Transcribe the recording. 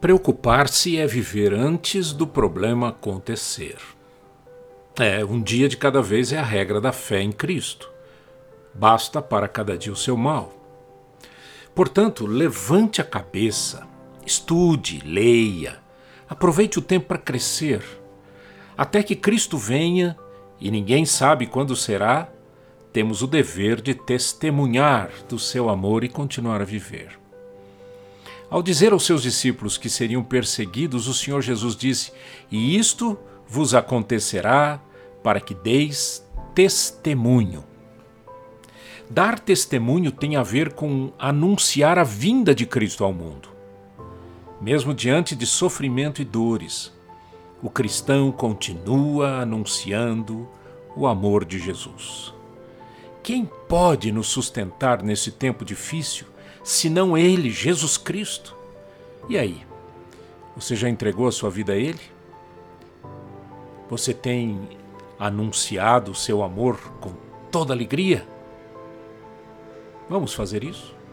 Preocupar-se é viver antes do problema acontecer. Um dia de cada vez é a regra da fé em Cristo. Basta para cada dia o seu mal. Portanto, levante a cabeça, estude, leia, aproveite o tempo para crescer. Até que Cristo venha, e ninguém sabe quando será, temos o dever de testemunhar do seu amor e continuar a viver. Ao dizer aos seus discípulos que seriam perseguidos, o Senhor Jesus disse: "E isto vos acontecerá para que deis testemunho." Dar testemunho tem a ver com anunciar a vinda de Cristo ao mundo. Mesmo diante de sofrimento e dores, o cristão continua anunciando o amor de Jesus. Quem pode nos sustentar nesse tempo difícil, senão Ele, Jesus Cristo? E aí? Você já entregou a sua vida a Ele? Você tem anunciado o seu amor com toda alegria? Vamos fazer isso?